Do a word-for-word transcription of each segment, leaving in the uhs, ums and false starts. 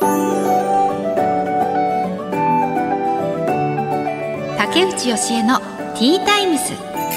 竹内義恵のティータイムス。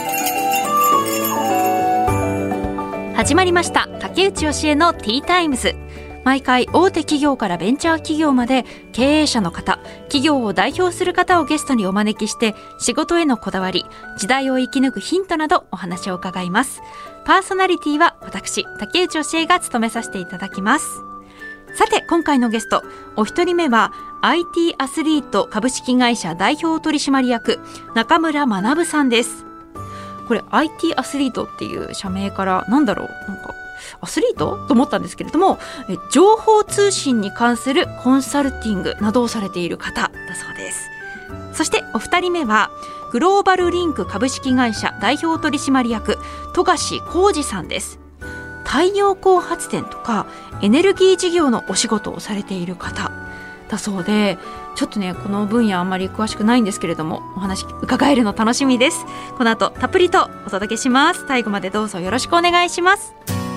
始まりました。竹内義恵のティータイムス。毎回大手企業からベンチャー企業まで経営者の方、企業を代表する方をゲストにお招きして仕事へのこだわり、時代を生き抜くヒントなどお話を伺います。パーソナリティは私竹内義恵が務めさせていただきます。さて今回のゲスト、お一人目は アイティー アスリート株式会社代表取締役中村学さんです。これ アイティー アスリートっていう社名からなんだろう、なんかアスリートと思ったんですけれども、え情報通信に関するコンサルティングなどをされている方だそうです。そしてお二人目はグローバルリンク株式会社代表取締役富樫浩二さんです。太陽光発電とかエネルギー事業のお仕事をされている方だそうで、ちょっとねこの分野あんまり詳しくないんですけれども、お話伺えるの楽しみです。この後たっぷりとお届けします。最後までどうぞよろしくお願いします。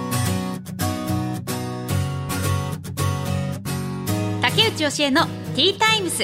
竹内義恵のティータイムス。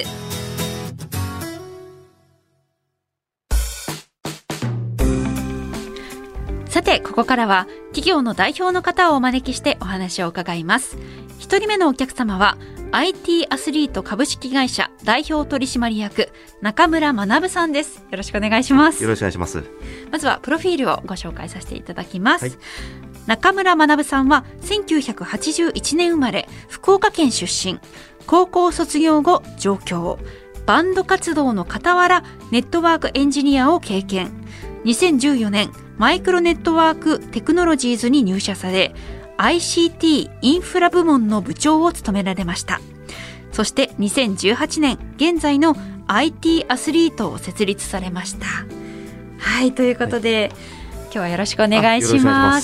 さてここからは企業の代表の方をお招きしてお話を伺います。一人目のお客様は アイティー アスリート株式会社代表取締役中村学さんです。よろしくお願いします。 よろしくお願いします。 まずはプロフィールをご紹介させていただきます、はい、中村学さんはせんきゅうひゃくはちじゅういちねん生まれ、福岡県出身。高校卒業後上京、バンド活動の傍らネットワークエンジニアを経験。にせんじゅうよねんマイクロネットワークテクノロジーズに入社され、 アイシーティー インフラ部門の部長を務められました。そしてにせんじゅうはちねん現在の アイティー アスリートを設立されました。はい、ということで、はい、今日はよろしくお願いします。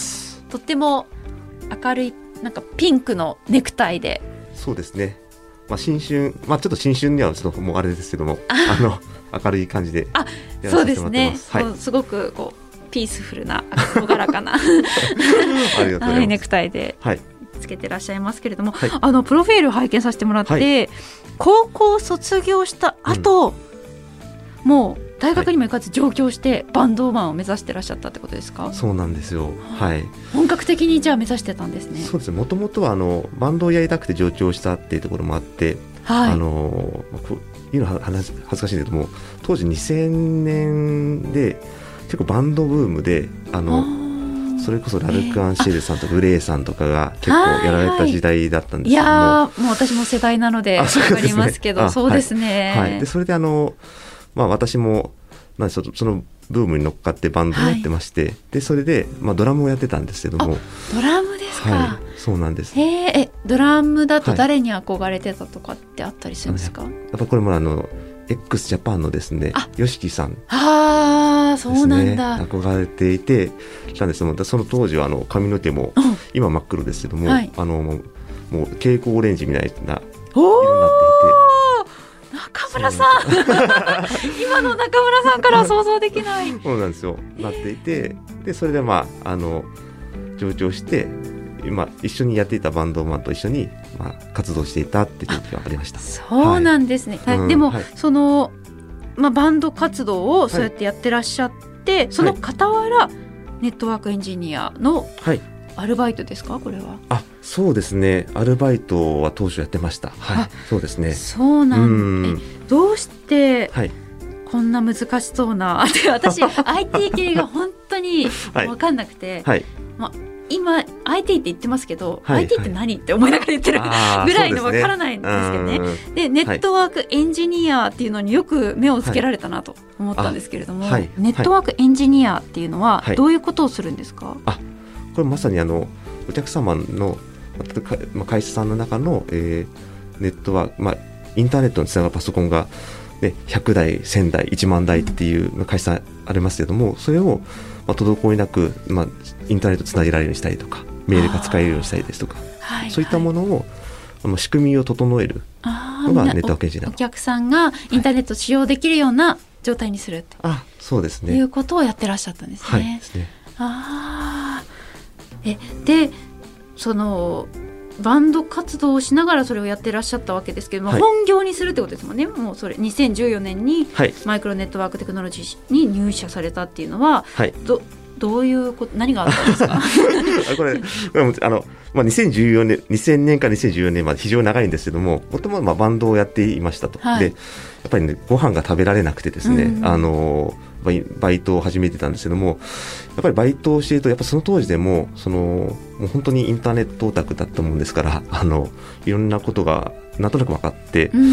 とっても明るいなんかピンクのネクタイで。 そうですね、まあ、新春、まあ、ちょっと新春にはちょっともうあれですけども、あの明るい感じでやらせてもらってます。 そうですね、 はい、 すごくこうピースフルな朗らかなありがとうございます、 はい、ネクタイでつけてらっしゃいますけれども、はい、あのプロフィールを拝見させてもらって、はい、高校卒業した後、うん、もう大学にも行かず上京してバンドマンを目指してらっしゃったってことですか？ そうなんですよ、はい、 本格的にじゃあ目指してたんですね。 そうですね、もともとはあのバンドをやりたくて上京したっていうところもあって、はい、あのこういうのは恥ずかしいけれども、当時にせんねんで結構バンドブームで、あのそれこそラルク・アンシェルさんとかグレイさんとかが結構やられた時代だったんですけども、 はいはい、いやもう私も世代なので分かりますけど、そうですね、 はいはい、でそれであの、まあ、私も、まあ、そ, そのブームに乗っかってバンドをやってまして、はい、でそれで、まあ、ドラムをやってたんですけども。 ドラムですか？ はい、そうなんです。 へえ、ドラムだと誰に憧れてたとかってあったりするんですか？はい、 やっぱこれもあのX ジャパンのですね、YOSHIKIさん、 ああそうなんだ、 憧れていてたんですけど、その当時はあの髪の毛も、うん、今真っ黒ですけども、はい、あのもう蛍光オレンジみたいな色になっていて、 中村さん今の中村さんからは想像できないそうなんですよ、なっていて、でそれでまああの上京して今一緒にやっていたバンドマンと一緒に、まあ、活動していたっていう時がありました。 そうなんですね、はい、でも、はい、その、まあ、バンド活動をそうやってやってらっしゃって、はい、その傍ら、はい、ネットワークエンジニアのアルバイトですか？これは。 あ、そうですね、アルバイトは当初やってました、はい、そうですね。 そうなんえどうしてこんな難しそうな、はい、私アイティー 系が本当に分かんなくて、はいはい、まあ今 アイティー って言ってますけど、はい、アイティー って何って思いながら言ってるぐらいのわからないんですけどね。でネットワークエンジニアっていうのによく目をつけられたなと思ったんですけれども、はい、ネットワークエンジニアっていうのはどういうことをするんですか？はい、 あこれまさにあのお客様の会社さんの中の、えー、ネットワーク、まあ、インターネットにつながるパソコンが、ね、ひゃくだいせんだいいちまんだいっていう会社さんありますけども、それをまあ、滞りなく、まあ、インターネットつなげられるようにしたりとか、メールが使えるようにしたりですとか、はいはい、そういったものをあの仕組みを整えるのがネットワークエンジニア。 お, お客さんがインターネットを使用できるような状態にするって、 はい、あそうですね、 いうことをやってらっしゃったんですね。 はいですね。 あえでそのバンド活動をしながらそれをやってらっしゃったわけですけども、はい、本業にするってことですもんね。もうそれにせんじゅうよねんにマイクロネットワークテクノロジーに入社されたっていうのは、はい、ど, どういうこと何があったんですかこれあの、まあ、にせんじゅうよねんにせんねんからにせんじゅうよねんまで非常に長いんですけども、もともとまあバンドをやっていましたと、はい、でやっぱりねご飯が食べられなくてですね、うん、あのバイ、バイトを始めてたんですけども、やっぱりバイトをしているとやっぱその当時でもそのもう本当にインターネットオタクだったもんですから、あのいろんなことがなんとなく分かって、うん、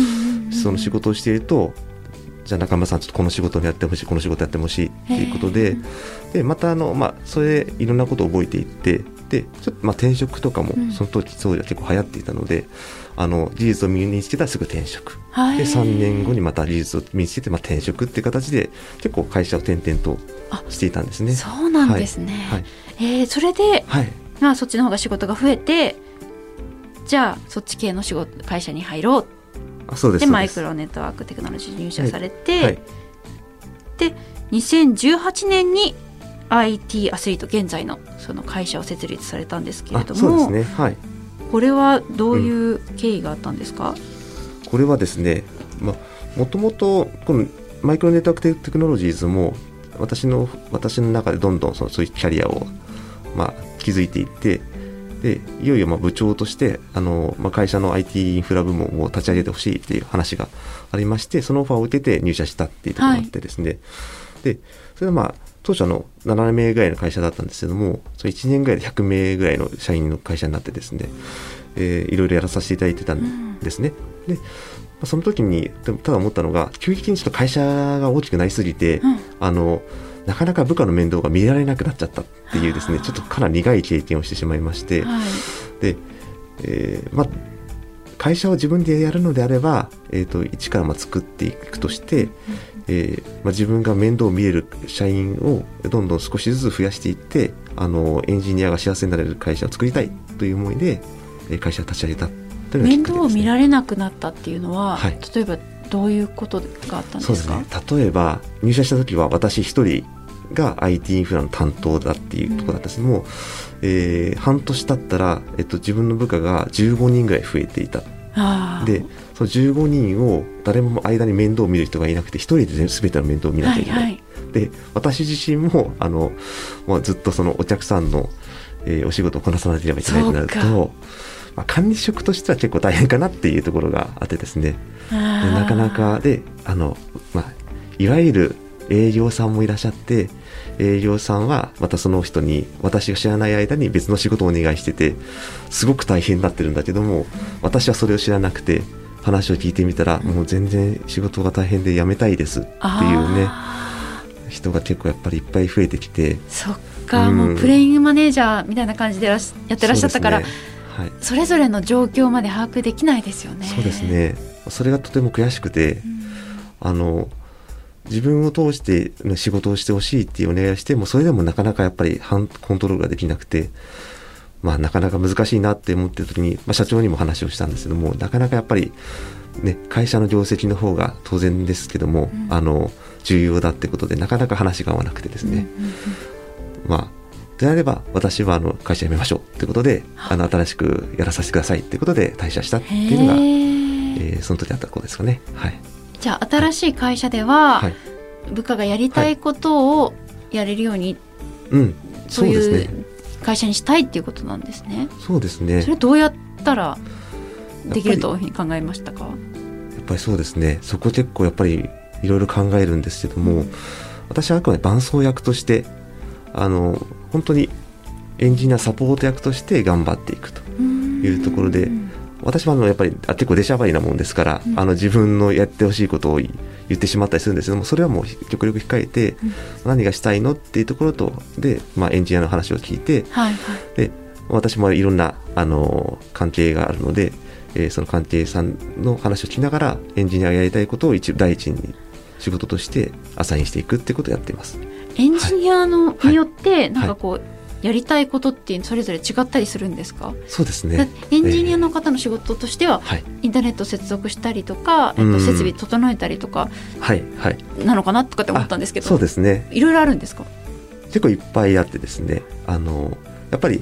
その仕事をしていると、じゃあ中村さんちょっとこの仕事をやってほしい、この仕事やってほしいっていうことで、でまたあの、まあ、それでいろんなことを覚えていって、でちょっとまあ転職とかもその時当時は結構流行っていたので、うん、あの技術を身につけたらすぐ転職、でさんねんごにまた技術を身につけてまあ転職っていう形で結構会社を転々としていたんですね。 そうなんですね、はいはい、えー、それで、はい、まあ、そっちの方が仕事が増えて、じゃあそっち系の仕事会社に入ろう、 あ、そうです、 でマイクロネットワークテクノロジーに入社されて、はいはい、でにせんじゅうはちねんに アイティー アスリート現在のその会社を設立されたんですけれども、 そうですね、はい、 これはどういう経緯があったんですか？ うん、これはですね、ま、もともとこのマイクロネットワークテクノロジーズも私の私の中でどんどんそのそういうキャリアを、まあ、築いていって、でいよいよまあ部長としてあの、まあ、会社の アイティー インフラ部門を立ち上げてほしいっていう話がありまして、そのオファーを受けて入社したっていうところがあってですね、はい、でそれはまあ当初のななめいぐらいの会社だったんですけども、それいちねんぐらいでひゃくめいぐらいの社員の会社になってですね、えー、いろいろやらさせていただいてたんですね、うん、でその時にただ思ったのが、急激にちょっと会社が大きくなりすぎて、うん、あのなかなか部下の面倒が見られなくなっちゃったっていうですね、ちょっとかなり苦い経験をしてしまいまして、はい、で、えーまあ、会社を自分でやるのであれば、えー、と一からまあ作っていくとして、うんえーまあ、自分が面倒を見れる社員をどんどん少しずつ増やしていって、あのエンジニアが幸せになれる会社を作りたいという思いで会社を立ち上げたというのがきっかけですね。 面倒を見られなくなったっていうのは、はい、例えばどういうことがあったんですか？ そうですね、例えば入社した時は私一人が アイティー インフラの担当だっていうところだったんですけども、うんえー、半年経ったら、えっと、自分の部下がじゅうごにんぐらい増えていた。でそのじゅうごにんを誰も間に面倒を見る人がいなくて、一人で全ての面倒を見なきゃいけない、はいはい、で私自身もあの、まあ、ずっとそのお客さんの、えー、お仕事をこなさなければいけないとなると、まあ、管理職としては結構大変かなっていうところがあってですね、でなかなかであの、まあ、いわゆる営業さんもいらっしゃって、営業さんはまたその人に私が知らない間に別の仕事をお願いしてて、すごく大変になってるんだけども、私はそれを知らなくて話を聞いてみたら、もう全然仕事が大変で辞めたいですっていうね人が結構やっぱりいっぱい増えてきて、 そっか、うん、もうプレイングマネージャーみたいな感じでやってらっしゃったから、 そ,、ねはい、それぞれの状況まで把握できないですよね。 そうですね、それがとても悔しくて、うん、あの自分を通して仕事をしてほしいっていうお願いをしても、それでもなかなかやっぱりコントロールができなくて、まあ、なかなか難しいなって思ってる時に、まあ、社長にも話をしたんですけども、なかなかやっぱり、ね、会社の業績の方が当然ですけども、うん、あの重要だってことでなかなか話が合わなくてですね、うんうんうん、まあであれば私はあの会社辞めましょうってことで、あの新しくやらさせてくださいってことで退社したっていうのが、えー、その時あったことですかね。はい、 じゃあ新しい会社では、はい、部下がやりたいことをやれるように、はい、うん、そういう会社にしたいっていうことなんですね。 そうですね。 それどうやったらできるというふうに考えましたか？やっぱりそうですね、そこ結構やっぱりいろいろ考えるんですけども、うん、私はあくまで伴走役としてあの本当にエンジニアサポート役として頑張っていくというところで、私はあのやっぱりあ結構出しゃばりなもんですから、うん、あの自分のやってほしいことを言ってしまったりするんですけども、それはもう極力控えて、うん、何がしたいのっていうところとで、まあ、エンジニアの話を聞いて、はいはい、で私もいろんなあの関係があるので、えー、その関係さんの話を聞きながらエンジニアがやりたいことを一第一に仕事としてアサインしていくっていうことをやっています。 エンジニアの、はい、によってなんかこう、はい、やりたいことってそれぞれ違ったりするんですか？ そうですね、 エンジニアの方の仕事としては、えー、インターネット接続したりとか、えっと、設備整えたりとかなのかなとかって思ったんですけど、 そうですね、 いろいろあるんですか？ 結構いっぱいあってですね、あのやっぱり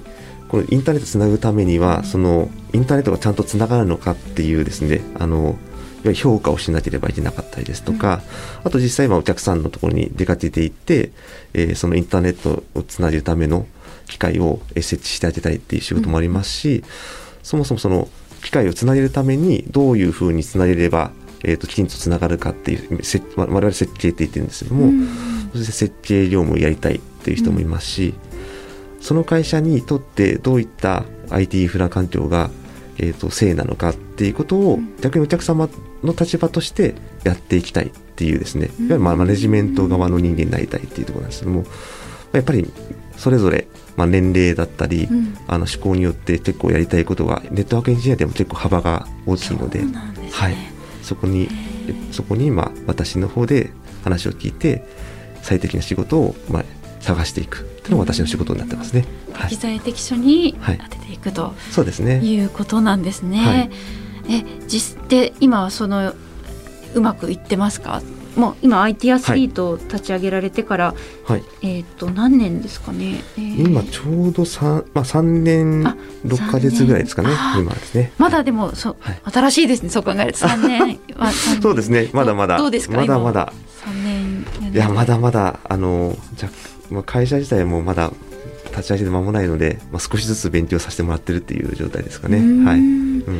このインターネットつなぐためにはそのインターネットがちゃんとつながるのかっていうですね、あのいわゆる評価をしなければいけなかったりですとか、うん、あと実際今お客さんのところに出かけていって、えー、そのインターネットをつなげるための機械を設置してあげたいっていう仕事もありますし、うん、そもそもその機械をつなげるためにどういうふうにつなげれば、えー、ときちんとつながるかっていう我々設計って言ってるんですけども、うん、そして設計業務をやりたいっていう人もいますし、うん、その会社にとってどういった アイティー インフラ環境が、えー、と正なのかっていうことを逆にお客様の立場としてやっていきたいっていうですね、いわゆるマネジメント側の人間になりたいっていうところなんですけども、やっぱりそれぞれまあ年齢だったり、うん、あの思考によって結構やりたいことがネットワークエンジニアでも結構幅が大きいので、 そうなんですね。 はい、そこにそこにまあ私の方で話を聞いて最適な仕事をまあ探していくというのが私の仕事になってますね。 適材適所に当てていくと、 はい、そうですね、 いうことなんですね。はい、え実で今はそのうまくいってますか？もう今 アイティー アスリートを立ち上げられてから、はい、えー、と何年ですかね、えー、 今ちょうど 3,、まあ、さんねんろっかげつぐらいですかね。今ですね、 まだでもそ、はい、新しいですね。そう考えるとさんねんはそうですね、まだまだどうですか？ まだまださんねんいやまだまだあのじゃ、まあ、会社自体もまだ立ち上げて間もないので、まあ、少しずつ勉強させてもらってるっていう状態ですかね。はい、うん、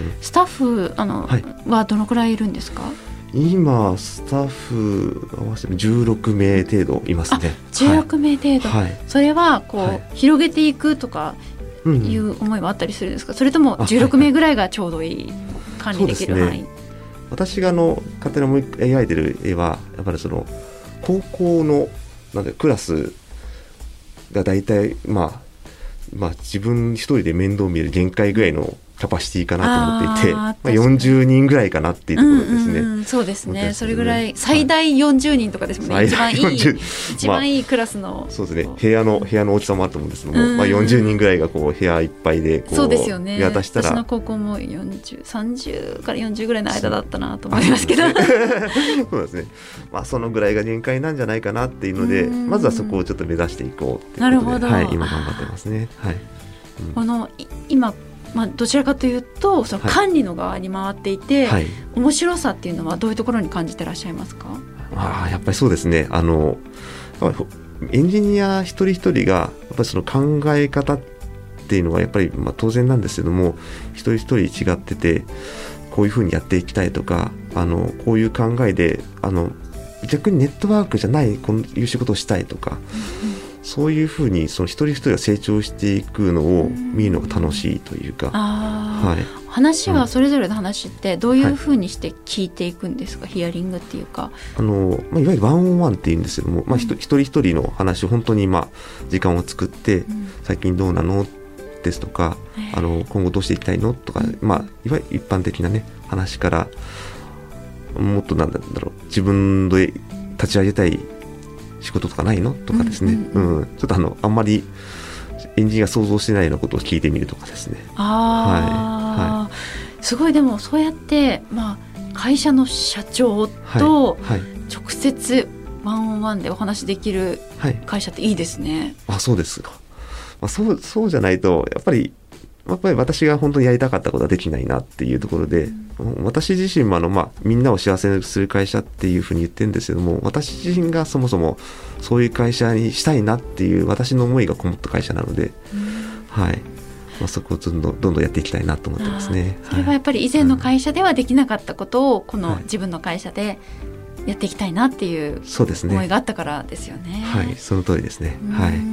スタッフあの、はい、はどのくらいいるんですか？ 今スタッフ合わせてじゅうろくめい程度いますね。 じゅうろくめい程度、はい、それはこう、はい、広げていくとかいう思いはあったりするんですか？それともじゅうろくめいぐらいがちょうどいい、管理できる範囲？ ね、私があの勝手に思い描いてる絵はやっぱりその高校のなんでクラスが大体、まあ、まあ自分一人で面倒見る限界ぐらいのキャパシティかなと思っていて、まあ、よんじゅうにんぐらいかなっていうところですね。 うんうんうん、そうですね。それぐらい最大よんじゅうにんとかですもんね。はい、一番いい一番いいクラスの、 まあ、そうですね。部屋の部屋の大きさもあると思うんですけども、まあ、よんじゅうにんぐらいがこう部屋いっぱいでこうそうですよね。 見渡したら、 私の高校もよんじゅう、さんじゅうからよんじゅうぐらいの間だったなと思いますけど。 そうですね。まあそのぐらいが限界なんじゃないかなっていうので、まずはそこをちょっと目指していこうっていうことで、 なるほど、 はい、今頑張ってますね。はい。 うん、この今まあ、どちらかというとその管理の側に回っていて、はい、面白さっていうのはどういうところに感じてらっしゃいますか？ あやっぱりそうですね。あのエンジニア一人一人がやっぱりその考え方っていうのはやっぱりまあ当然なんですけども、一人一人違っててこういうふうにやっていきたいとか、あのこういう考えであの逆にネットワークじゃないこういう仕事をしたいとか、うんうん、そういうふうにその一人一人が成長していくのを見るのが楽しいというか、 あ、はい、話はそれぞれの話ってどういうふうにして聞いていくんですか？はい、ヒアリングっていうか、 あの、まあ、いわゆるワンオンワンっていうんですけども、まあ、一人一人の話を本当にまあ時間を作って、うん、最近どうなのですとか、あの今後どうしていきたいのとか、うん、まあ、いわゆる一般的な、ね、話からもっとなんだろう自分で立ち上げたい仕事とかないのとかですね、うんうんうん、ちょっとあのあんまりエンジニアが想像してないようなことを聞いてみるとかですね。 あ、はいはい、すごい。でもそうやって、まあ、会社の社長と直接ワンオンワンでお話できる会社っていいですね。はいはい、 あ、そうですか。まあ、そう、そうじゃないとやっぱりやっぱり私が本当にやりたかったことはできないなっていうところで、うん、私自身もあの、まあ、みんなを幸せにする会社っていうふうに言ってるんですけども、私自身がそもそもそういう会社にしたいなっていう私の思いがこもった会社なので、うん、はい、まあ、そこをどんどんどんどんやっていきたいなと思ってますね。 それはやっぱり以前の会社ではできなかったことをこの自分の会社でやっていきたいなっていう思いがあったからですよね。 はい、その通りですね。はい、うん、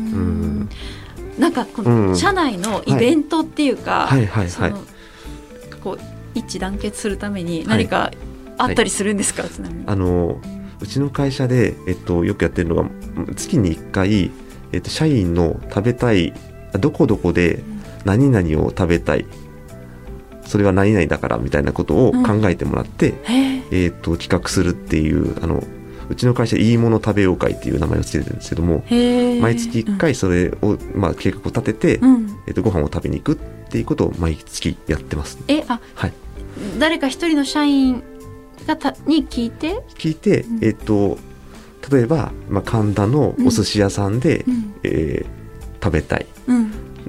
なんかこの社内のイベントっていうか、こう一致団結するために何かあったりするんですか？はいはい、ちなみにあのうちの会社で、えっと、よくやってるのが月にいっかい、えっと、社員の食べたいどこどこで何々を食べたい、それは何々だからみたいなことを考えてもらって、うん、えっと、企画するっていうあのうちの会社いいもの食べよう会っていう名前をつけてるんですけども、毎月いっかいそれを、まあ、計画を立てて、うん、えっと、ご飯を食べに行くっていうことを毎月やってます。 え、あ、はい、誰か一人の社員がたに聞いて聞いて、うん、えっと、例えば、まあ、神田のお寿司屋さんで、うん、えー、食べたい、うん、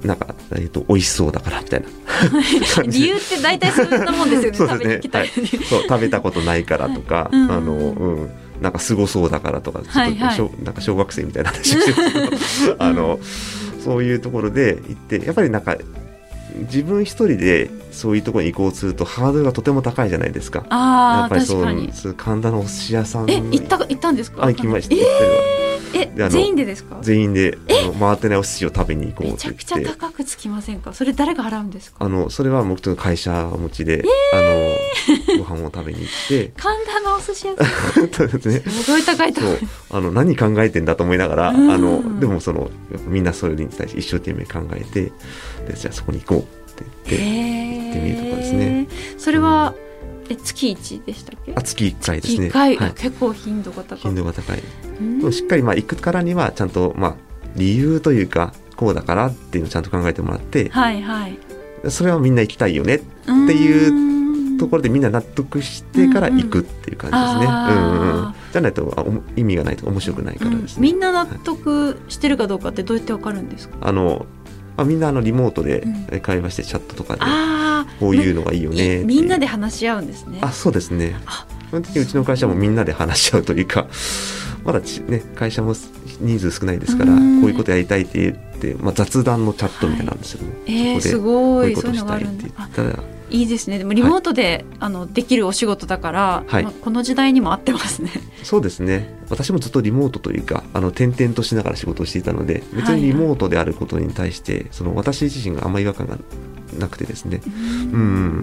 なんか、えー、と美味しそうだからみたいな理由って大体そんなもんですよね。 そうですね、 食べに来たり、 はい、そう食べたことないからとか、はい、あのうんなんかすごそうだからとか、ちょっと、はいはい、なんか小学生みたいな話をしてるけどあのそういうところで行って、やっぱりなんか自分一人でそういうところに行こうとするとハードルがとても高いじゃないですか。 あやっぱりそう、 確かにそう神田のお寿司屋さん、 え行った行ったんですか。 あ行きました。 えー、え全員でですか。 全員であの回ってないお寿司を食べに行こうって言って。 めちゃくちゃ高くつきませんか。それ誰が払うんですか。 あのそれは僕と会社持ちで、えー、あのご飯を食べに行って神田のお寿司屋さんそうですね、 すごい高いとそうあの何考えてんだと思いながら、あのでもそのみんなそれに対して一生懸命考えて、でじゃあそこに行こうって言って行ってみるとかですね。 それは、うん、え月いちでしたっけ。 あ月いっかいですね。 月いっかい、 はい、 結構頻度が高い。 頻度が高い。でもしっかりまあ行くからにはちゃんとまあ理由というかこうだからっていうのをちゃんと考えてもらって、 はいはい、 それはみんな行きたいよねっていうところでみんな納得してから行くっていう感じですね。うんうんうん、じゃないと意味がないと面白くないからですね、 うん、みんな納得してるかどうかってどうやってわかるんですか。 あのまあ、みんなあのリモートで会話してチャットとかでこういうのがいいよね、 うん、みんなで話し合うんですね。 あそうですね。基本的にうちの会社もみんなで話し合うというか、まだち、ね、会社も人数少ないですから、こういうことやりたいって言って、まあ、雑談のチャットみたいなんですよね、はい、 えー、すごいそういうのがあるんで。いいですね。でもリモートで、はい、あのできるお仕事だから、はい、まあ、この時代にも合ってますね。 そうですね。私もずっとリモートというかあの転々としながら仕事をしていたので、別にリモートであることに対して、はいはい、その私自身があんまり違和感がなくてですね、うん、うん、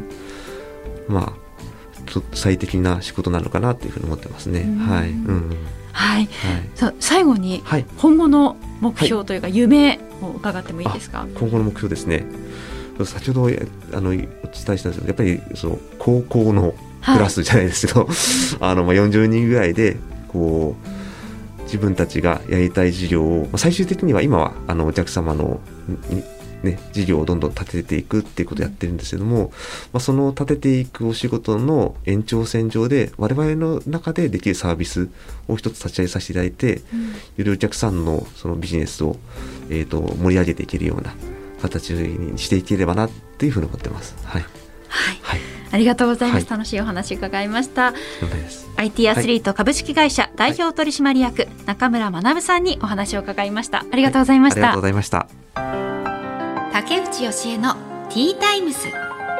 まあ最適な仕事なのかなというふうに思ってますね。はい、うんはい、はい、さ最後に今後の目標というか夢を伺ってもいいですか。はい、 今後の目標ですね。先ほどあのお伝えしたんですけど、やっぱりその高校のクラスじゃないですけど、はい、あのまあよんじゅうにんぐらいでこう自分たちがやりたい事業を最終的には今はあのお客様のね、事業をどんどん立てていくっていうことをやってるんですけども、まあ、その立てていくお仕事の延長線上で我々の中でできるサービスを一つ立ち上げさせていただいて、うん、よりお客さんのそのビジネスを、えーと、盛り上げていけるような形にしていければなっていうふうに思ってます。はい、 はいはい、ありがとうございます、はい、楽しいお話伺いました。 アイティー アスリート株式会社代表取締役、はい、中村学さんにお話を伺いました。ありがとうございました。 はい、ありがとうございました。 竹内義恵のティータイムス。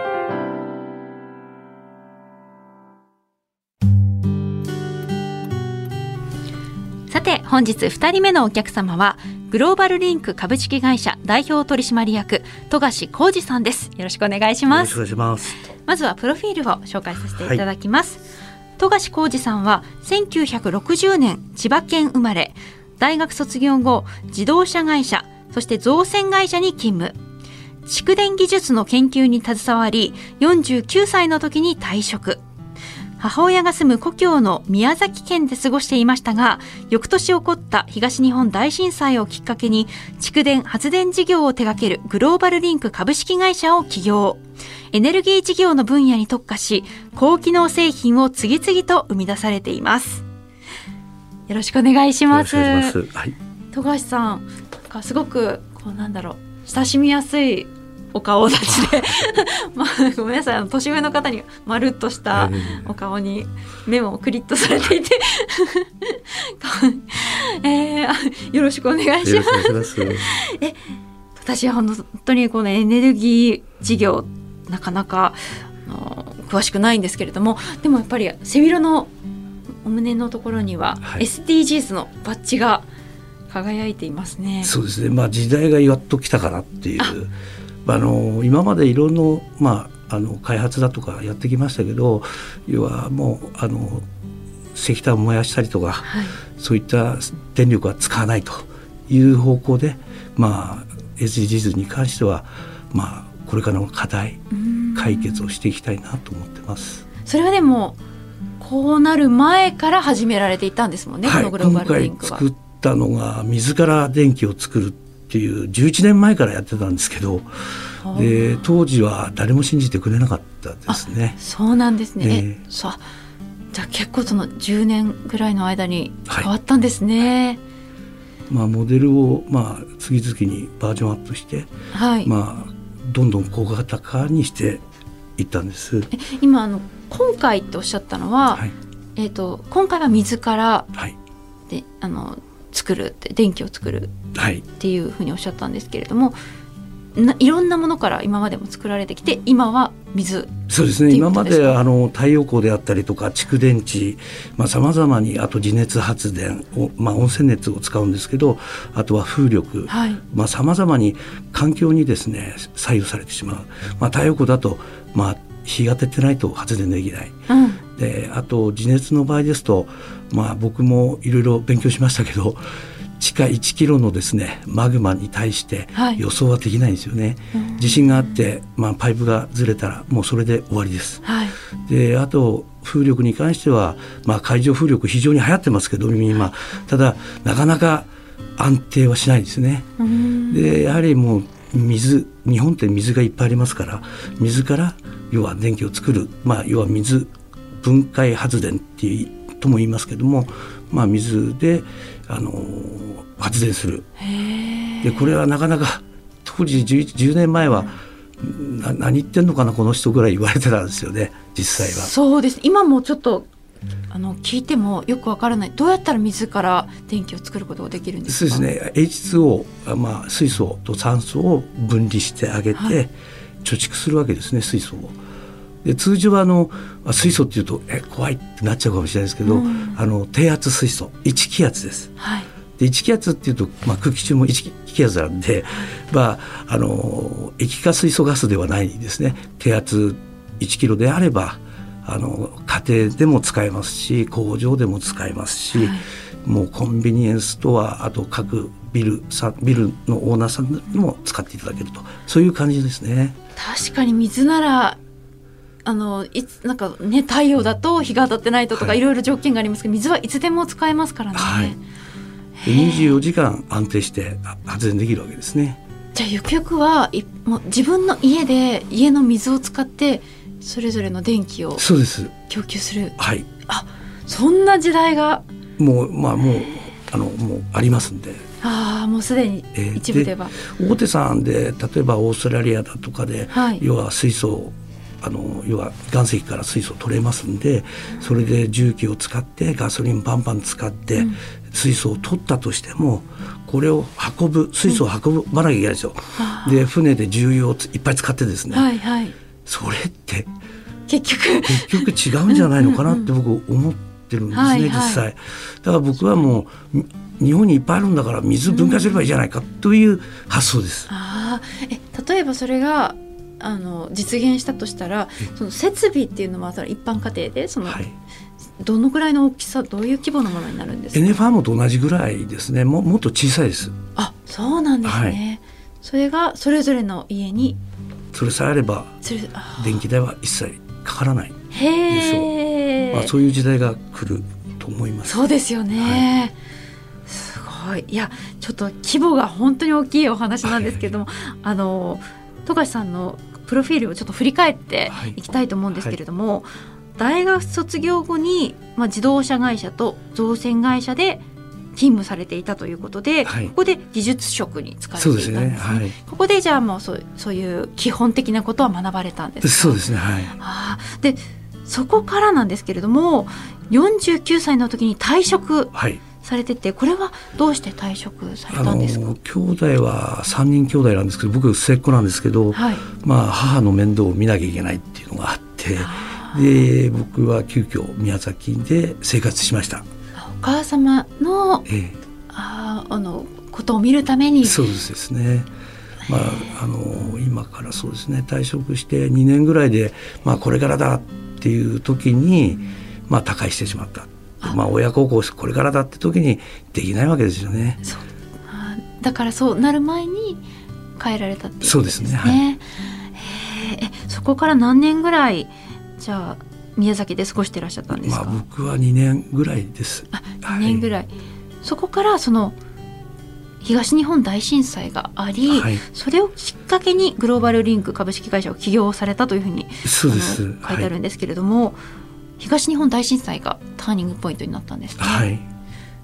さて本日ふたりめのお客様はグローバルリンク株式会社代表取締役富樫浩二さんです。よろしくお願いします。 よろしくお願いします。 まずはプロフィールを紹介させていただきます。はい、富樫浩二さんはせんきゅうひゃくろくじゅうねん千葉県生まれ、大学卒業後自動車会社そして造船会社に勤務、蓄電技術の研究に携わりよんじゅうきゅうさいの時に退職。母親が住む故郷の宮崎県で過ごしていましたが、翌年起こった東日本大震災をきっかけに蓄電発電事業を手掛けるグローバルリンク株式会社を起業。エネルギー事業の分野に特化し高機能製品を次々と生み出されています。よろしくお願いします。 よろしくお願いします。はい、 富樫さん、なんかすごくこうなんだろう親しみやすいお顔立ちでまあ、ごめんなさい、年上の方にまるっとしたお顔に目もクリッとされていてえー、よろしくお願いします。 ますえ私は本当にこのエネルギー事業なかなかあの詳しくないんですけれども、でもやっぱり背広のお胸のところには エスディージーズ のバッジが輝いていますね。 そうですね、まあ、時代がやっと来たかなっていう、あの今までいろんな、まあ、あの開発だとかやってきましたけど、要はもうあの石炭を燃やしたりとか、はい、そういった電力は使わないという方向で、まあ、エスディージーズ に関しては、まあ、これからの課題解決をしていきたいなと思ってます。 それはでもこうなる前から始められていたんですもんね、はい、このグローバルリンクは。 今回作ったのが水から電気を作るっていうじゅういちねんまえからやってたんですけど、で当時は誰も信じてくれなかったですね。 そうなんですね、ええ、そうじゃあ結構そのじゅうねんぐらいの間に変わったんですね。 はい、 まあ、モデルをまあ次々にバージョンアップして、 はいまあ、どんどん小型化にしていったんです。 え今あの今回っておっしゃったのは、 はいえー、と今回は水からはいであの作るって電気を作るはいっていうふうにおっしゃったんですけれども、ないろんなものから今までも作られてきて、今は水。 そうですね。 っていう今まことですか？ であの太陽光であったりとか蓄電池、まあ、様々に、あと地熱発電を、まあ、温泉熱を使うんですけど、あとは風力、 はいまあ、様々に環境にですね左右されてしまう、まあ、太陽光だと、まあ、日が照ってないと発電できない。 うんであと地熱の場合ですと、まあ、僕もいろいろ勉強しましたけど、地下いちキロのですねマグマに対してはい予想はできないんですよね。 うん地震があって、まあ、パイプがずれたらもうそれで終わりです。 はいであと風力に関しては、まあ、海上風力非常に流行ってますけど今、ただなかなか安定はしないですね。 うんでやはりもう水、日本って水がいっぱいありますから、水から要は電気を作る、まあ、要は水分解発電っていうとも言いますけども、まあ、水で、あのー発電する。 へーでこれはなかなか当時 じゅう, じゅうねんまえは、な何言ってんのかなこの人ぐらい言われてたんですよね、実際は。 そうです。今もちょっとあの聞いてもよくわからない。どうやったら水から電気を作ることができるんですか？ そうですね。エイチツーオー、まあ、水素と酸素を分離してあげて、 はい貯蓄するわけですね、水素を。で通常はあの水素っていうとえ怖いってなっちゃうかもしれないですけど、 うん、 あの低圧水素いち気圧です。 はいでいち気圧っていうと、まあ、空気中もいち気圧なんで、まあ、あの液化水素ガスではないですね。低圧いちキロであればあの家庭でも使えますし、工場でも使えますし、 はいもうコンビニエンスストア、あと各ビルさビルのオーナーさんにも使っていただけると、そういう感じですね。 確かに水ならあのいつなんかね、太陽だと日が当たってないととか、はい、いろいろ条件がありますけど、水はいつでも使えますからね。 はい、でにじゅうよじかん安定して発電できるわけですね。 じゃあゆくゆくはいもう自分の家で家の水を使ってそれぞれの電気をそうです供給する。 はい、 あ、そんな時代がもう、まあ、もうあのもうありますんで。 ああ、もうすでに一部では、 えー、で大手さんで例えばオーストラリアだとかで、はい、要は水素あの要は岩石から水素取れますんで、それで重機を使ってガソリンバンバン使って、うん、水素を取ったとしてもこれを運ぶ水素を運ばなきゃいけないですよ、うん、で船で重油をいっぱい使ってですね、はいはい、それって結局結局違うんじゃないのかなって僕思ってるんですね、はいはい、実際だから僕はもう日本にいっぱいあるんだから水分解すればいいじゃないかという発想です、 うん、あえ例えばそれがあの実現したとしたら、その設備っていうのは一般家庭でその、はい、どのぐらいの大きさ、どういう規模のものになるんですか？ エネファームと同じぐらいですね。 も, もっと小さいです。 あ、そうなんですね、はい、それがそれぞれの家にそれさえあれば電気代は一切かからない。 へー、 まあ、そういう時代が来ると思います。 そうですよね、はい、すごい。いやちょっと規模が本当に大きいお話なんですけども、はい、あの富樫さんのプロフィールをちょっと振り返っていきたいと思うんですけれども、はいはい、大学卒業後に、まあ、自動車会社と造船会社で勤務されていたということで、はい、ここで技術職に就かれていたんですね。そうですね、はい、ここでじゃあもうそう、そういう基本的なことは学ばれたんですか？ そうですね、はい、 あでそこからなんですけれども、よんじゅうきゅうさいの時に退職されてて、はい、これはどうして退職されたんですか？ あの兄弟はさんにん兄弟なんですけど、僕末っ子なんですけど、はい、まあ、母の面倒を見なきゃいけないっていうのがあって、で僕は急遽宮崎で生活しました。 お母様の、ええ、ああのことを見るために。 そうですね、まあ、あの今からそうですね、退職してにねんぐらいで、まあ、これからだっていう時に、まあ、他界してしまった。まあ、親孝行これからだって時にできないわけですよね。 そう、あ、だからそうなる前に帰られたっていうことですね。 そうですね、はい、 えそこから何年ぐらいじゃあ宮崎で過ごしていらっしゃったんですか？ まあ、僕はにねんぐらいです。 あ、にねんぐらい、はい、そこからその東日本大震災があり、はい、それをきっかけにグローバルリンク株式会社を起業されたというふうにそうです書いてあるんですけれども、はい、東日本大震災がターニングポイントになったんですね。 はい、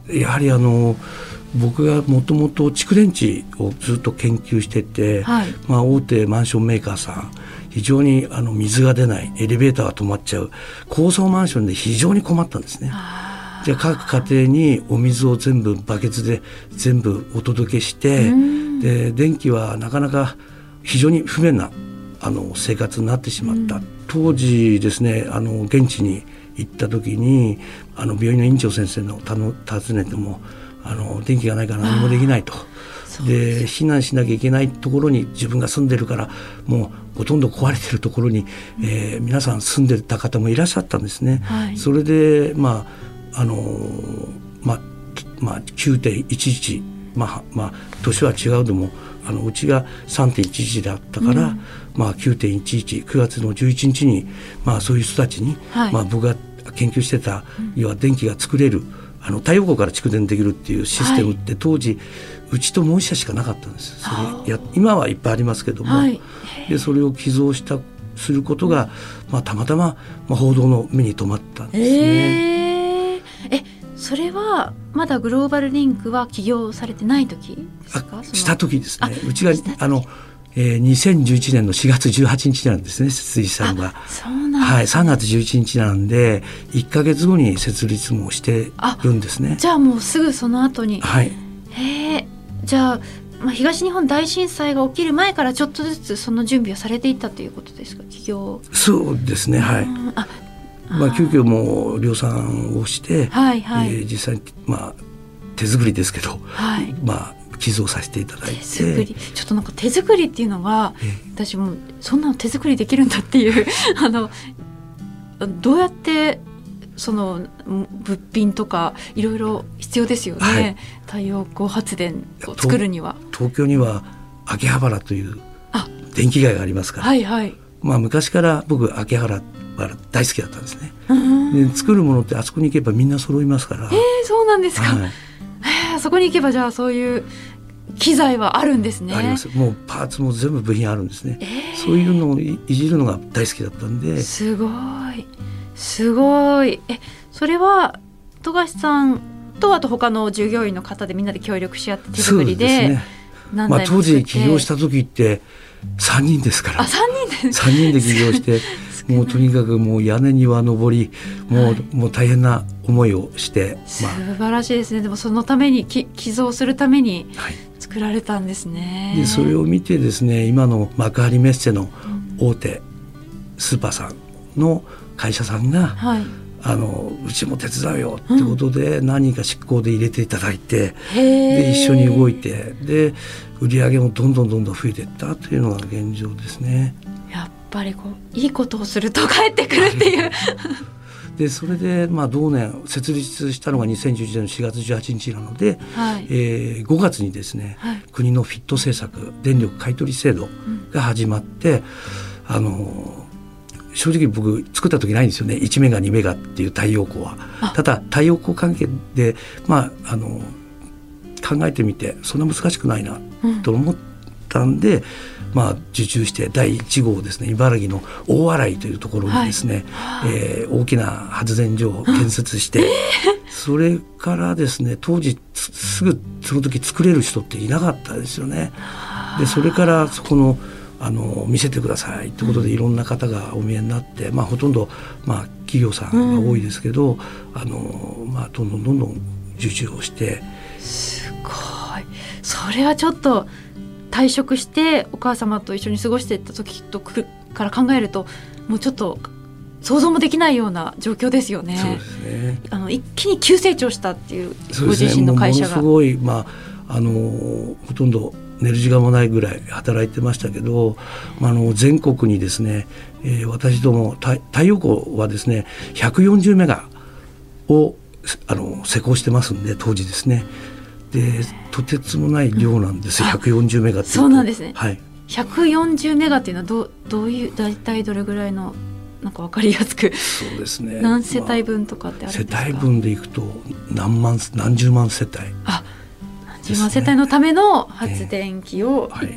やはりあの僕がもともと蓄電池をずっと研究してて、はい、まあ、大手マンションメーカーさん非常にあの水が出ないエレベーターが止まっちゃう高層マンションで非常に困ったんですね。で各家庭にお水を全部バケツで全部お届けして、で電気はなかなか非常に不便なあの生活になってしまった。当時ですね、あの現地に行った時にあの病院の院長先生のたの訪ねてもあの電気がないから何もできないと。で避難しなきゃいけないところに自分が住んでるからもうほとんど壊れてるところに、えー、皆さん住んでた方もいらっしゃったんですね、はい、それでまああのー、まあまあ きゅうてんいちいち まあまあ年は違うでもあのうちが さんてんいちいち だったから、うん、まあ きゅうてんいちいちくがつのじゅういちにちにまあそういう人たちに、はい、まあ僕が研究してた、うん、要は電気が作れるあの太陽光から蓄電できるっていうシステムって当時、はい、うちともう一社しかなかったんです。それや今はいっぱいありますけども、はい、でそれを寄贈したすることが、まあ、たまたま、まあ、報道の目に留まったんですね。 えー、えそれはまだグローバルリンクは起業されてない時ですか？ した時ですね。うちがあのえー、にせんじゅういちねんのしがつじゅうはちにちなんですね、設立したのが。 そうなんですね。 はい、さんがつじゅういちにちなんでいっかげつごに設立もしてるんですね。 じゃあもうすぐその後に。 はい。 へえ。じゃあ、まあ、東日本大震災が起きる前からちょっとずつその準備をされていったということですか？起業。 そうですね、はい。あまあ、急遽もう量産をして、はいはい、えー、実際に、まあ、手作りですけど、はい、まあ寄贈させていただいて。手作り、ちょっとなんか手作りっていうのが私もそんなの手作りできるんだっていうあのどうやってその物品とかいろいろ必要ですよね、はい、太陽光発電を作るには。 東京には秋葉原という電気街がありますから、 はいはい、まあ、昔から僕秋葉原大好きだったんですね。で作るものってあそこに行けばみんな揃いますから。 えー、そうなんですか、はい、えー、そこに行けばじゃあそういう機材はあるんですね。 あります。もうパーツも全部部品あるんですね、えー、そういうのを い, いじるのが大好きだったんで。 すごいすごい。えそれは富樫さんとあと他の従業員の方でみんなで協力し合って手作りで。そうですね、何台も作って、 まあ、当時起業した時ってさんにんですから。 あさんにんでさんにんで起業してもうとにかくもう屋根には登りもう、はい、もう大変な思いをして、 まあ、素晴らしいですね。でもそのためにき寄贈するために作られたんですね、 はい、でそれを見てですね、今の幕張メッセの大手スーパーさんの会社さんが、はい、あのうちも手伝うよってことで、うん、何人か執行で入れていただいて、で一緒に動いて、で売り上げもどんどんどんどん増えていったというのが現状ですね。 やっぱりこういいことをすると帰ってくるっていうでそれで、まあ、同年設立したのがにせんじゅういちねんのしがつじゅうはちにちなので、はい、えー、ごがつにですね、はい、国のフィット政策電力買取制度が始まって、うん、あの正直僕作った時ないんですよね。いちメガにメガっていう太陽光は。ただ太陽光関係で、まあ、あの考えてみてそんな難しくないなと思ったんで、うん、まあ、受注してだいいちごうですね、茨城の大洗というところにですね、はい、えー、大きな発電所を建設して、うん、それからですね、当時すぐその時作れる人っていなかったですよね。でそれからそこのあの見せてくださいということでいろんな方がお見えになって、まあ、ほとんど、まあ、企業さんが多いですけど、うん、あのまあ、どんどんどんどん受注をして。 すごい。それはちょっと退職してお母様と一緒に過ごしていった時とから考えるともうちょっと想像もできないような状況ですよね。 そうですね。 あの一気に急成長したっていうご自身の会社が。 そうですね、ものすごい、まあ、あのほとんど寝る時間もないぐらい働いてましたけど、あの全国にですね、えー、私ども太陽光はですねひゃくよんじゅうメガをあの施工してますんで、当時ですね。でとてつもない量なんです、うん、ひゃくよんじゅうメガっていうと。 そうなんですね、 はい、 ひゃくよんじゅうメガっていうのは ど, どういう大体どれぐらいのなんか分かりやすく。 そうですね、 何世帯分とかってあるんですか？ まあ、世帯分でいくと何万何十万世帯、 あ、何十万世帯のための発電機を、えーはい、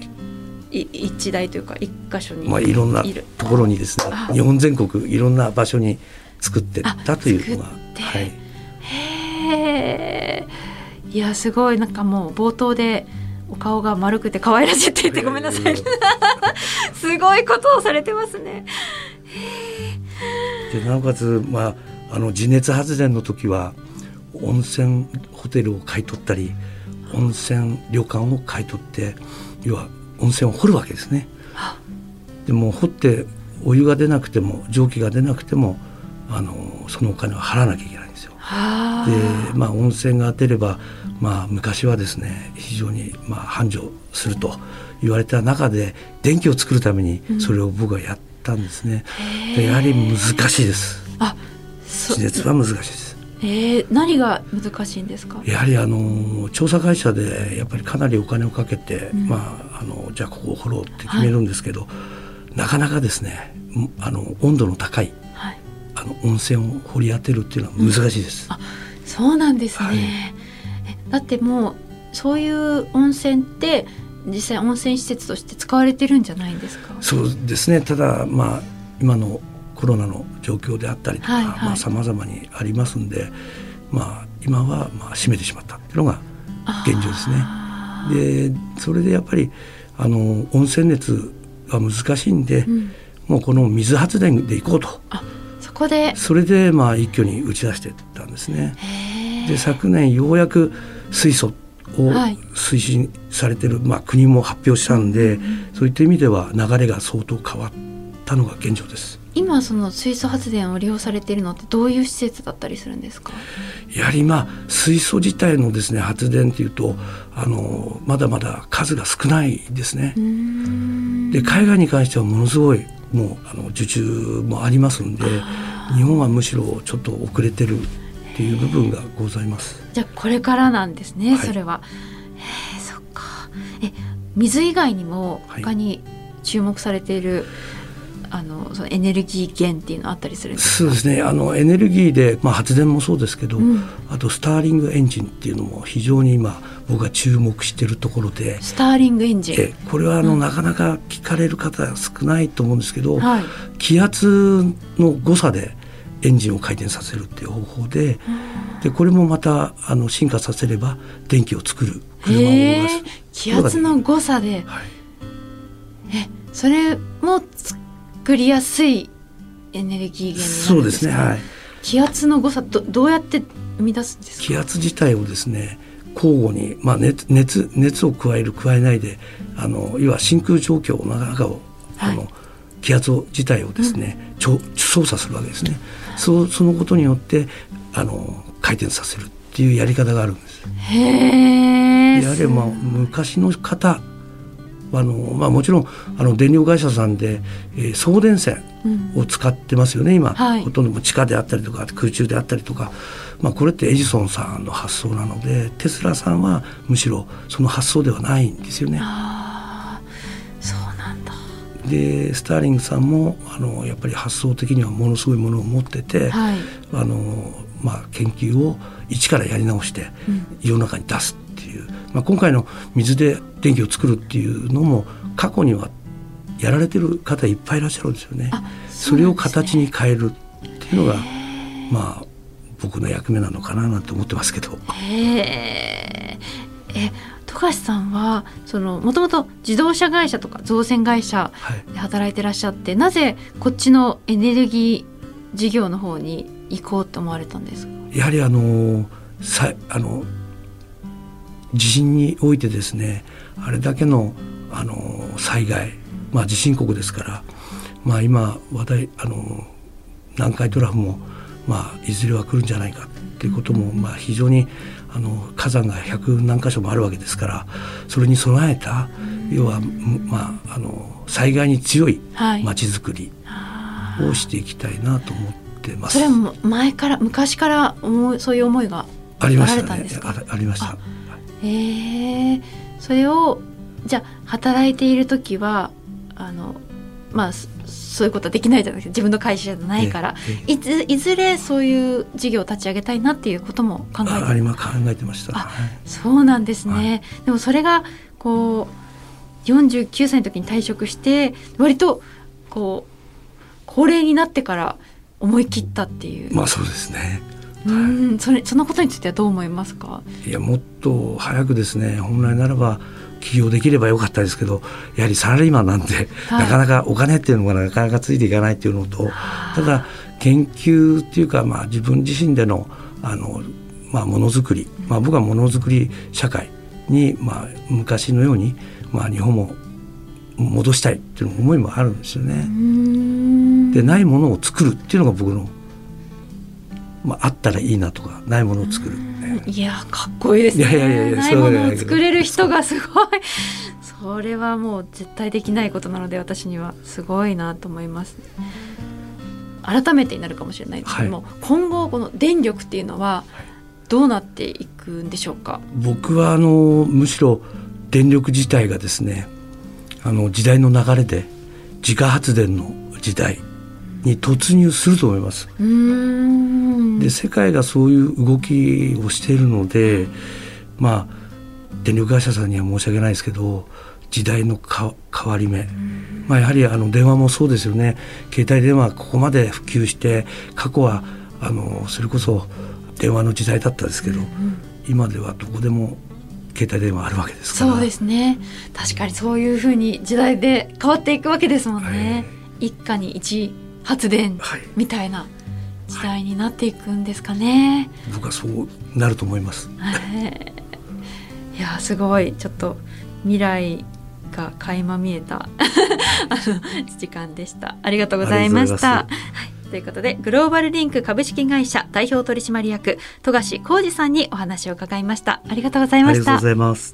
い一台というか一箇所に、 まあ、いろんなところにですね、日本全国いろんな場所に作ってったというのが、 はい、へへー、いやすごい、なんかもう冒頭でお顔が丸くて可愛らしいって言ってごめんなさい、すごいことをされてますね。 でなおかつ、まあ、あの地熱発電の時は温泉ホテルを買い取ったり温泉旅館を買い取って要は温泉を掘るわけですね。でも掘ってお湯が出なくても蒸気が出なくてもあのそのお金を払わなきゃいけないんですよ。で、まあ、温泉が出れば、まあ、昔はですね非常にまあ繁盛すると言われた中で電気を作るためにそれを僕はやったんですね、うん、でやはり難しいです。あ、地熱は難しいです。 えー、何が難しいんですか？ やはりあの調査会社でやっぱりかなりお金をかけて、うん、まあ、あのじゃあここを掘ろうって決めるんですけど、はい、なかなかですねあの温度の高い、はい、あの温泉を掘り当てるっていうのは難しいです、うん、あ、 そうなんですね、はい、えだってもうそういう温泉って実際温泉施設として使われてるんじゃないんですか？ そうですね。ただ、まあ、今のコロナの状況であったりとか、はいはい、まあ、様々にありますんで、まあ、今はまあ閉めてしまったっていうのが現状ですね。でそれでやっぱりあの温泉熱は難しいんで、うん、もうこの水発電でいこうと、 あ、そこでそれでまあ一挙に打ち出していったんですね。で昨年ようやく水素を推進されてる、はい、まあ、国も発表したんで、うん、そういった意味では流れが相当変わったのが現状です。 今その水素発電を利用されているのってどういう施設だったりするんですか？ やはりまあ水素自体のですね発電というとあのまだまだ数が少ないですね。うーんで海外に関してはものすごいもうあの受注もありますんで、日本はむしろちょっと遅れてるっていう部分がございます。 じゃあこれからなんですね、はい、それは。へー、そっか。え水以外にも他に注目されている、はい、あのそのエネルギー源っていうのあったりするんですか？ そうですね、あのエネルギーで、まあ、発電もそうですけど、うん、あとスターリングエンジンっていうのも非常に今僕が注目しているところで、 スターリングエンジン、 えこれはあの、うん、なかなか聞かれる方少ないと思うんですけど、はい、気圧の誤差でエンジンを回転させるっていう方法で、でこれもまたあの進化させれば電気を作る車を動かす。 気圧の誤差で、はい、えそれも作りやすいエネルギー源になるんですか？ そうですね、はい、 気圧の誤差 ど, どうやって生み出すんですか？ 気圧自体をですね交互に、まあ、熱, 熱, 熱を加える加えないであの要は真空状況の中を、はい、あの気圧を自体をですね、うん、操作するわけですね。そ, そのことによってあの回転させるっていうやり方があるんです。 へー、 やはりまあ昔の方あの、まあ、もちろんあの電力会社さんで、えー、送電線を使ってますよね、うん、今、はい、ほとんど地下であったりとか空中であったりとか、まあ、これってエジソンさんの発想なのでテスラさんはむしろその発想ではないんですよね。 あ、そうなんだ。 でスターリングさんもあのやっぱり発想的にはものすごいものを持ってて、はい、あのまあ、研究を一からやり直して世の中に出すっていう、うん、まあ、今回の水で電気を作るっていうのも過去にはやられてる方いっぱいいらっしゃるんですよね。あ、そうなんですね。それを形に変えるっていうのが、まあ、僕の役目なのかななんて思ってますけど。 へー、え富樫さんはそのもともと自動車会社とか造船会社で働いてらっしゃって、はい、なぜこっちのエネルギー事業の方に行こうと思われたんですか？ やはりあのさあの地震においてですねあれだけのあの災害、まあ、地震国ですから、まあ、今話題あの南海トラフも、まあ、いずれは来るんじゃないかっていうことも、まあ、非常にあの火山が百何箇所もあるわけですからそれに備えた要は、まあ、あの災害に強い街づくりをしていきたいなと思ってます。 それも前から昔から思いそういう思いがあられたんですか？ ありましたね。あ、ありました。 えー、それをじゃあ働いている時はあの、まあ、そういうことはできないじゃないですか。自分の会社じゃないから、ええ、いず、いずれそういう事業を立ち上げたいなっていうことも考えてああ今考えてました。 あ、そうなんですね、はい、でもそれがこうよんじゅうきゅうさいの時に退職して割とこう高齢になってから思い切ったっていう。 まあそうですね。 うん、はい、それそのことについてはどう思いますか？ いや、もっと早くですね、本来ならば起業できればよかったですけど、やはりサラリーマンなんで、はい、なかなかお金っていうのがなかなかついていかないっていうのと、ただ研究っていうか、まあ、自分自身でのあの、まあ、ものづくり、まあ、僕はものづくり社会に、まあ、昔のように、まあ、日本も戻したいっていう思いもあるんですよね。で、ないものを作るっていうのが僕の、まあ、あったらいいなとか、ないものを作る、ね、 いやかっこいいですね。 いやいやいや、 ないものを作れる人がすごいそれはもう絶対できないことなので、私にはすごいなと思います。改めてになるかもしれないですけども、はい、今後この電力っていうのはどうなっていくんでしょうか？ 僕はあのむしろ電力自体がですね、あの時代の流れで自家発電の時代に突入すると思います。うーん、で、世界がそういう動きをしているので、まあ電力会社さんには申し訳ないですけど、時代のか変わり目、まあ、やはりあの電話もそうですよね。携帯電話ここまで普及して、過去はあのそれこそ電話の時代だったですけど、うんうん、今ではどこでも携帯電話あるわけですから。 そうですね、確かにそういうふうに時代で変わっていくわけですもんね、はい、一家に一発電みたいな時代になっていくんですかね、はいはい、 僕はそうなると思います、 はい、いやすごい、ちょっと未来が垣間見えたあの時間でした。ありがとうございました。はい、ということで、グローバルリンク株式会社代表取締役富樫浩二さんにお話を伺いました。ありがとうございました。 ありがとうございます。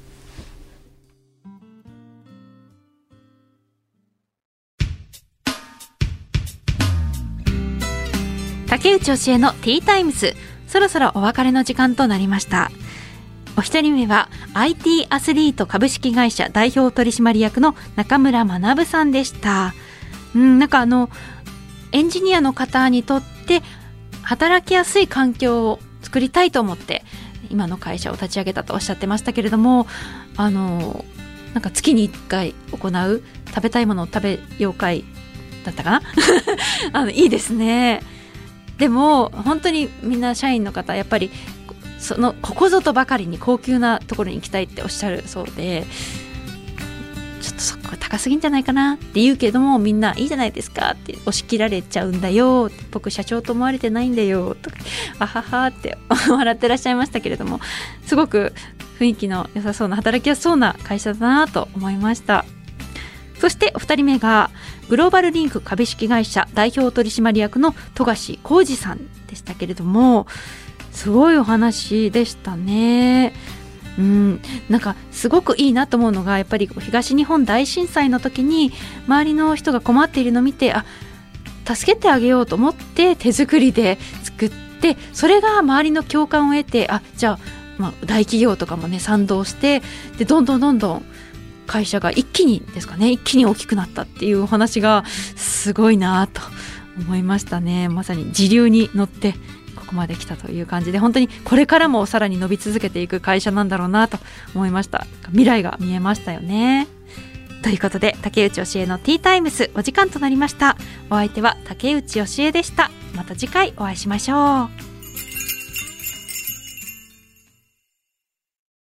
竹内教えのティータイムズ、そろそろお別れの時間となりました。お一人目は アイティー アスリート株式会社代表取締役の中村学さんでした。うん、なんかあのエンジニアの方にとって働きやすい環境を作りたいと思って今の会社を立ち上げたとおっしゃってましたけれども、あのなんか月にいっかい行う食べたいものを食べよう会だったかなあのいいですね。でも本当にみんな社員の方やっぱりそのここぞとばかりに高級なところに行きたいっておっしゃるそうで、ちょっとそこは高すぎんじゃないかなって言うけども、みんないいじゃないですかって押し切られちゃうんだよ、僕社長と思われてないんだよとかあははって笑ってらっしゃいましたけれども、すごく雰囲気の良さそうな働きやすそうな会社だなと思いました。そしてお二人目がグローバルリンク株式会社代表取締役の富樫浩二さんでしたけれども、すごいお話でしたね。うん、なんかすごくいいなと思うのが、やっぱり東日本大震災の時に周りの人が困っているのを見て、あ、助けてあげようと思って手作りで作って、それが周りの共感を得て、あ、じゃあ、まあ、大企業とかもね賛同して、でどんどんどんどん会社が一気にですかね、一気に大きくなったっていうお話がすごいなと思いましたね。まさに時流に乗ってここまで来たという感じで、本当にこれからもさらに伸び続けていく会社なんだろうなと思いました。未来が見えましたよね。ということで、竹内教えのティータイムスお時間となりました。お相手は竹内教えでした。また次回お会いしましょう。